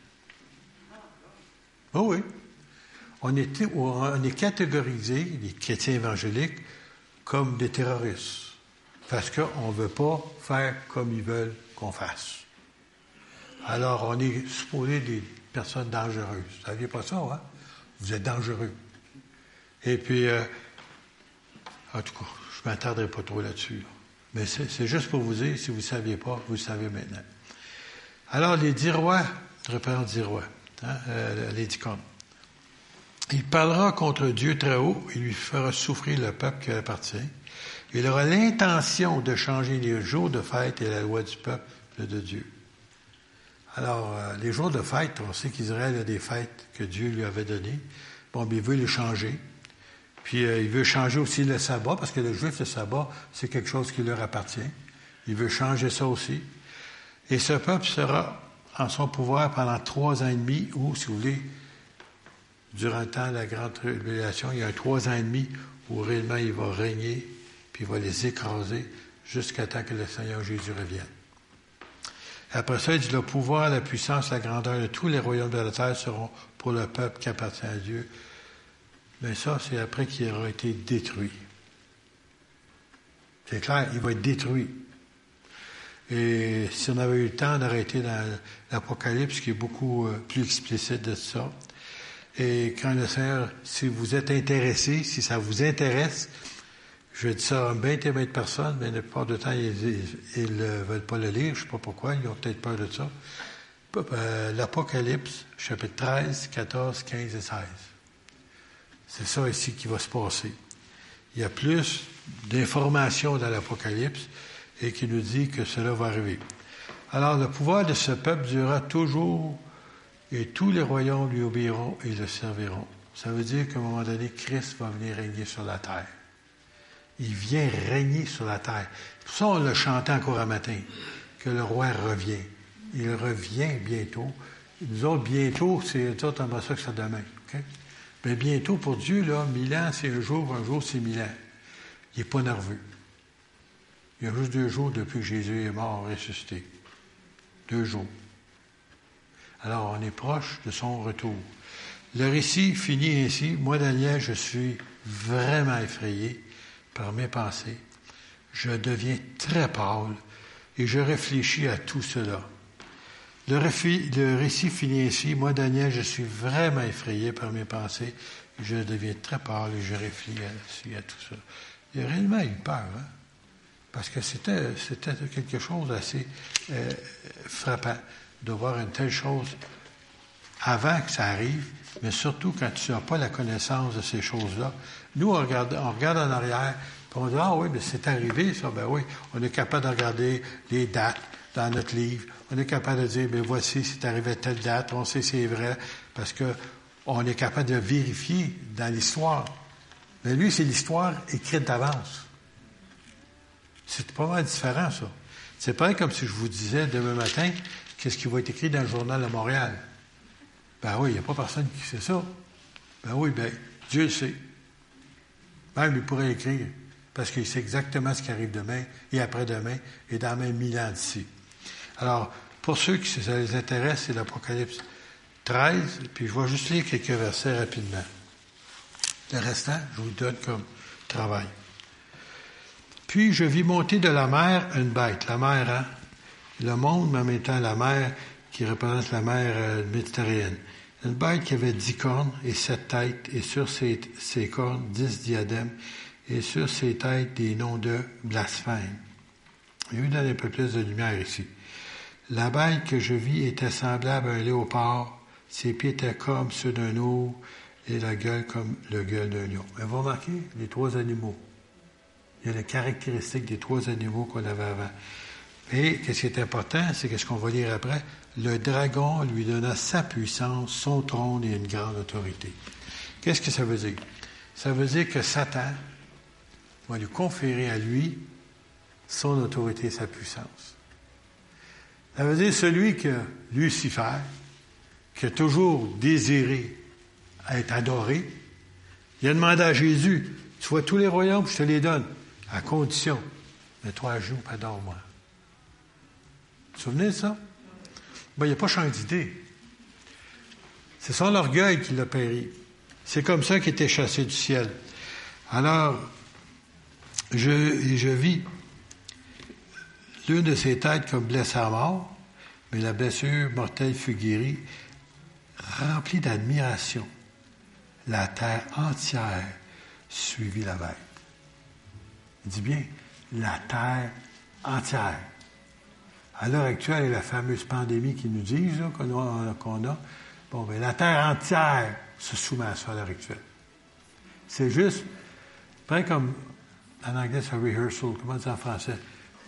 Oh oui. On est, on est catégorisé, les chrétiens évangéliques, comme des terroristes. Parce qu'on ne veut pas faire comme ils veulent qu'on fasse. Alors, on est supposé des personnes dangereuses. Vous ne saviez pas ça, hein? Vous êtes dangereux. Et puis, euh, en tout cas, je ne m'attarderai pas trop là-dessus. Là. Mais c'est, c'est juste pour vous dire, si vous ne saviez pas, vous le savez maintenant. Alors, les dix rois, je reprends dix rois, hein, euh, les dix cornes. Il parlera contre Dieu très haut, il lui fera souffrir le peuple qui appartient. Il aura l'intention de changer les jours de fête et la loi du peuple de Dieu. Alors, euh, les jours de fête, on sait qu'Israël a des fêtes que Dieu lui avait données. Bon, bien, il veut les changer. Puis, euh, il veut changer aussi le sabbat, parce que le juif, le sabbat, c'est quelque chose qui leur appartient. Il veut changer ça aussi. Et ce peuple sera en son pouvoir pendant trois ans et demi, ou, si vous voulez, durant le temps de la grande tribulation, il y a un trois ans et demi où réellement il va régner, puis il va les écraser jusqu'à temps que le Seigneur Jésus revienne. Après ça, il dit, le pouvoir, la puissance, la grandeur de tous les royaumes de la terre seront pour le peuple qui appartient à Dieu. Mais ça, c'est après qu'il aura été détruit. C'est clair, il va être détruit. Et si on avait eu le temps d'arrêter dans l'Apocalypse, qui est beaucoup plus explicite de ça, et quand le Seigneur, si vous êtes intéressé, si ça vous intéresse, je dis ça à bien des de personnes, mais la plupart du temps, ils ne veulent pas le lire. Je ne sais pas pourquoi, ils ont peut-être peur de ça. L'Apocalypse, chapitre treize, quatorze, quinze et seize. C'est ça ici qui va se passer. Il y a plus d'informations dans l'Apocalypse et qui nous dit que cela va arriver. Alors, le pouvoir de ce peuple durera toujours et tous les royaumes lui obéiront et le serviront. Ça veut dire qu'à un moment donné, Christ va venir régner sur la terre. Il vient régner sur la terre. Pour ça, on le chantait encore un matin, que le roi revient. Il revient bientôt. Nous autres, bientôt, c'est nous autres, on va ça que ça demain. Okay? Mais bientôt, pour Dieu, là, mille ans, c'est un jour, un jour, c'est mille ans. Il n'est pas nerveux. Il y a juste deux jours depuis que Jésus est mort, ressuscité. Deux jours. Alors, on est proche de son retour. Le récit finit ainsi. Moi, Daniel, je suis vraiment effrayé par mes pensées. Je deviens très pâle et je réfléchis à tout cela. Le, réfi, le récit finit ainsi. Moi, Daniel, je suis vraiment effrayé par mes pensées et je deviens très pâle et je réfléchis à, à tout cela. Il a réellement eu peur, hein? Parce que c'était, c'était quelque chose d'assez euh, frappant de voir une telle chose avant que ça arrive, mais surtout quand tu n'as pas la connaissance de ces choses-là. Nous, on regarde, on regarde en arrière, puis on dit « Ah oui, mais c'est arrivé, ça. » Ben oui, on est capable de regarder les dates dans notre livre. On est capable de dire « Ben voici, c'est arrivé à telle date. » On sait c'est vrai, parce que on est capable de vérifier dans l'histoire. Mais lui, c'est l'histoire écrite d'avance. C'est pas mal différent, ça. C'est pareil comme si je vous disais demain matin qu'est-ce qui va être écrit dans le journal de Montréal. Ben oui, il n'y a pas personne qui sait ça. Ben oui, ben Dieu le sait. Même il pourrait écrire, parce qu'il sait exactement ce qui arrive demain et après-demain et dans même mille ans d'ici. Alors, pour ceux qui ça les intéresse, c'est l'Apocalypse treize, puis je vais juste lire quelques versets rapidement. Le restant, je vous donne comme travail. Puis je vis monter de la mer une bête, la mer, hein? Le monde, mais en même temps la mer qui représente la mer euh, méditerranéenne. Une bête qui avait dix cornes et sept têtes, et sur ses, ses cornes dix diadèmes, et sur ses têtes des noms de blasphème. Il y a eu donner un peu plus de lumière ici. La bête que je vis était semblable à un léopard, ses pieds étaient comme ceux d'un ours, et la gueule comme le gueule d'un lion. Mais vous remarquez, les trois animaux. Il y a les caractéristiques des trois animaux qu'on avait avant. Et qu'est-ce qui est important, c'est que ce qu'on va lire après, le dragon lui donna sa puissance, son trône et une grande autorité. Qu'est-ce que ça veut dire? Ça veut dire que Satan va lui conférer à lui son autorité et sa puissance. Ça veut dire celui que Lucifer, qui a toujours désiré être adoré, il a demandé à Jésus, tu vois tous les royaumes, je te les donne, à condition, mets-toi à genoux, pardonne-moi. Vous vous souvenez de ça? Ben, il n'a pas changé d'idée. C'est son orgueil qui l'a péri. C'est comme ça qu'il était chassé du ciel. Alors, je, je vis l'une de ses têtes comme blessée à mort, mais la blessure mortelle fut guérie, remplie d'admiration. La terre entière suivit la bête. Il dit bien, la terre entière. À l'heure actuelle, il y a la fameuse pandémie qu'ils nous disent, là, qu'on a, qu'on a. Bon, bien, la terre entière se soumet à ça à l'heure actuelle. C'est juste, près comme, en anglais, c'est un rehearsal, comment dire en français?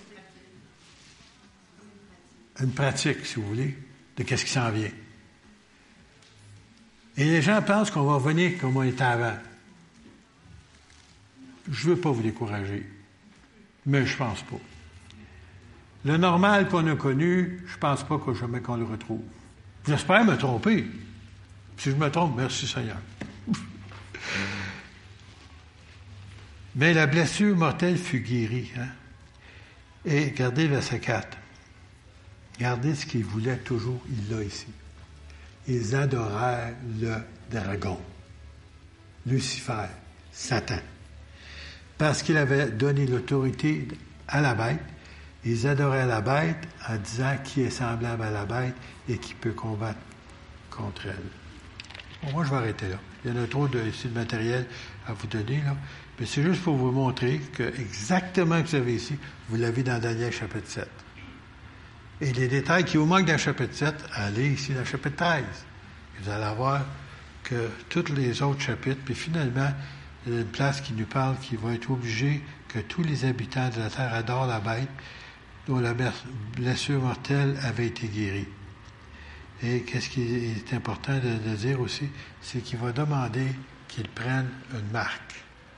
Une pratique, si vous voulez, de qu'est-ce qui s'en vient. Et les gens pensent qu'on va revenir comme on était avant. Je ne veux pas vous décourager, mais je pense pas. Le normal qu'on a connu, je ne pense pas que jamais qu'on le retrouve. J'espère me tromper. Si je me trompe, merci Seigneur. Mais la blessure mortelle fut guérie. Hein? Et regardez verset quatre. Regardez ce qu'il voulait toujours, il l'a ici. Ils adorèrent le dragon, Lucifer, Satan. Parce qu'il avait donné l'autorité à la bête, ils adoraient la bête en disant qui est semblable à la bête et qui peut combattre contre elle. Bon, moi, je vais arrêter là. Il y en a trop de, ici de matériel à vous donner, là. Mais c'est juste pour vous montrer que exactement ce que vous avez ici, vous l'avez dans Daniel chapitre sept. Et les détails qui vous manquent dans le chapitre sept, allez ici dans le chapitre treize. Et vous allez voir que tous les autres chapitres, puis finalement, il y a une place qui nous parle qui va être obligée que tous les habitants de la terre adorent la bête dont la blessure mortelle avait été guérie. Et qu'est-ce qui est important de, de dire aussi, c'est qu'il va demander qu'ils prennent une marque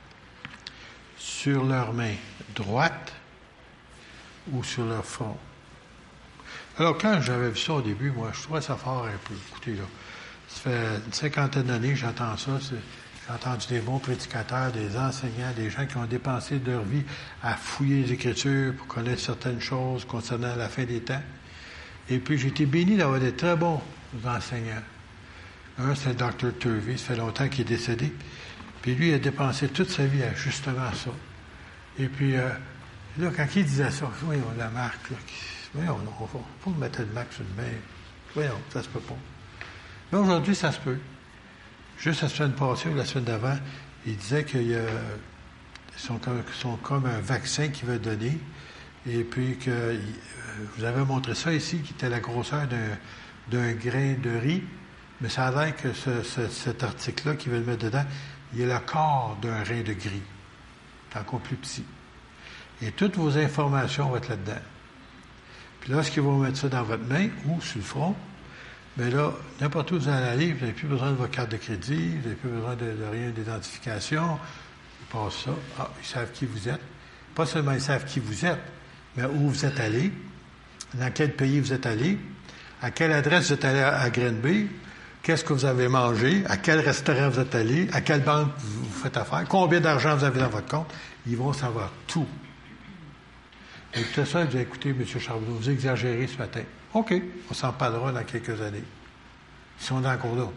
sur leur main droite ou sur leur front. Alors, quand j'avais vu ça au début, moi, je trouvais ça fort un peu. Écoutez, là, ça fait une cinquantaine d'années que j'entends ça. C'est, j'ai entendu des bons prédicateurs, des enseignants, des gens qui ont dépensé de leur vie à fouiller les Écritures pour connaître certaines choses concernant la fin des temps. Et puis, j'ai été béni d'avoir des très bons enseignants. Un, c'est le docteur Turvey, ça fait longtemps qu'il est décédé. Puis lui, il a dépensé toute sa vie à justement ça. Et puis, euh, là, quand il disait ça, voyons, la marque, là, voyons, il faut, faut mettre une marque sur le main. Voyons, ça se peut pas. Mais aujourd'hui, ça se peut. Juste la semaine passée ou la semaine d'avant, il disait qu'ils sont, sont comme un vaccin qu'il veut donner. Et puis que euh, vous avez montré ça ici, qui était la grosseur d'un, d'un grain de riz. Mais ça a l'air que ce, ce, cet article-là qu'ils veulent mettre dedans, il est le quart d'un rein de gris. C'est encore plus petit. Et toutes vos informations vont être là-dedans. Puis lorsqu'ils vont mettre ça dans votre main ou sur le front, bien là, n'importe où vous allez aller, vous n'avez plus besoin de votre carte de crédit, vous n'avez plus besoin de, de rien d'identification. Ils passent ça. Ah, ils savent qui vous êtes. Pas seulement ils savent qui vous êtes, mais où vous êtes allé, dans quel pays vous êtes allé, à quelle adresse vous êtes allé à, à Granby, qu'est-ce que vous avez mangé, à quel restaurant vous êtes allé, à quelle banque vous, vous faites affaire, combien d'argent vous avez dans votre compte. Ils vont savoir tout. Et tout ça, je dis, écoutez, M. Charbonneau, vous exagérez ce matin. OK, on s'en parlera dans quelques années. Si on est encore là.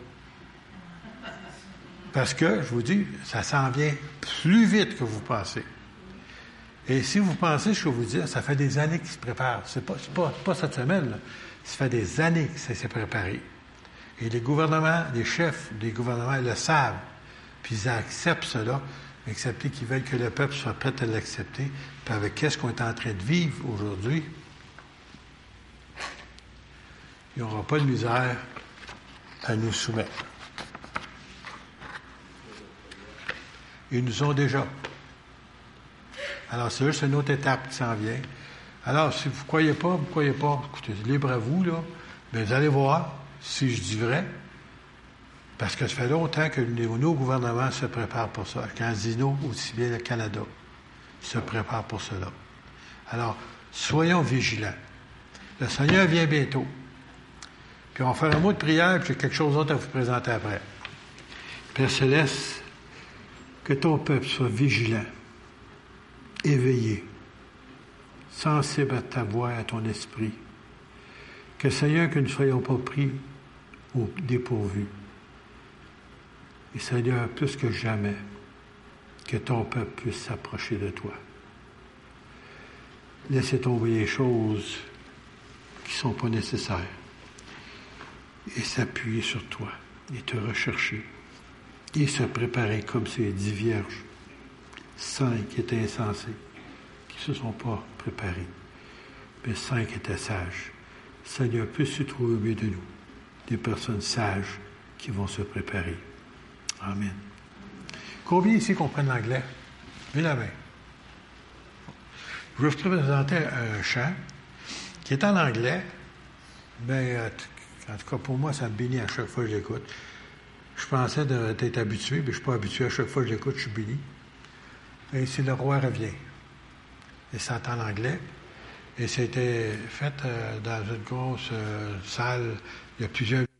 Parce que, je vous dis, ça s'en vient plus vite que vous pensez. Et si vous pensez ce que je vous dis, ça fait des années qu'il se prépare. C'est pas, c'est pas, pas cette semaine, là. Ça fait des années que ça s'est préparé. Et les gouvernements, les chefs des gouvernements le savent. Puis ils acceptent cela, accepter qu'ils veulent que le peuple soit prêt à l'accepter. Puis avec qu'est-ce qu'on est en train de vivre aujourd'hui, il n'y aura pas de misère à nous soumettre. Ils nous ont déjà. Alors, c'est juste une autre étape qui s'en vient. Alors, si vous ne croyez pas, vous ne croyez pas, écoutez, libre à vous, là, mais vous allez voir si je dis vrai, parce que ça fait longtemps que nos gouvernements se préparent pour ça. Casino, aussi bien le Canada, se prépare pour cela. Alors, soyons vigilants. Le Seigneur vient bientôt. Puis on va faire un mot de prière, puis j'ai quelque chose d'autre à vous présenter après. Père Céleste, que ton peuple soit vigilant, éveillé, sensible à ta voix, à ton esprit. Que Seigneur, que nous ne soyons pas pris au dépourvu. Et Seigneur, plus que jamais, que ton peuple puisse s'approcher de toi. Laissez tomber les choses qui ne sont pas nécessaires et s'appuyer sur toi et te rechercher et se préparer comme ces dix vierges cinq étaient insensés, qui ne se sont pas préparés, mais cinq étaient sages. Seigneur, puisses-tu trouver au milieu de nous des personnes sages qui vont se préparer. Amen. Combien ici comprennent l'anglais? Levez la main. Je vais vous présenter un chant qui est en anglais, mais en tout cas pour moi, ça me bénit à chaque fois que je l'écoute. Je pensais d'être habitué, mais je ne suis pas habitué. À chaque fois que je l'écoute, je suis béni. Et c'est Le Roi revient. Et c'est en anglais. Et c'était fait euh, dans une grosse euh, salle. Il y a plusieurs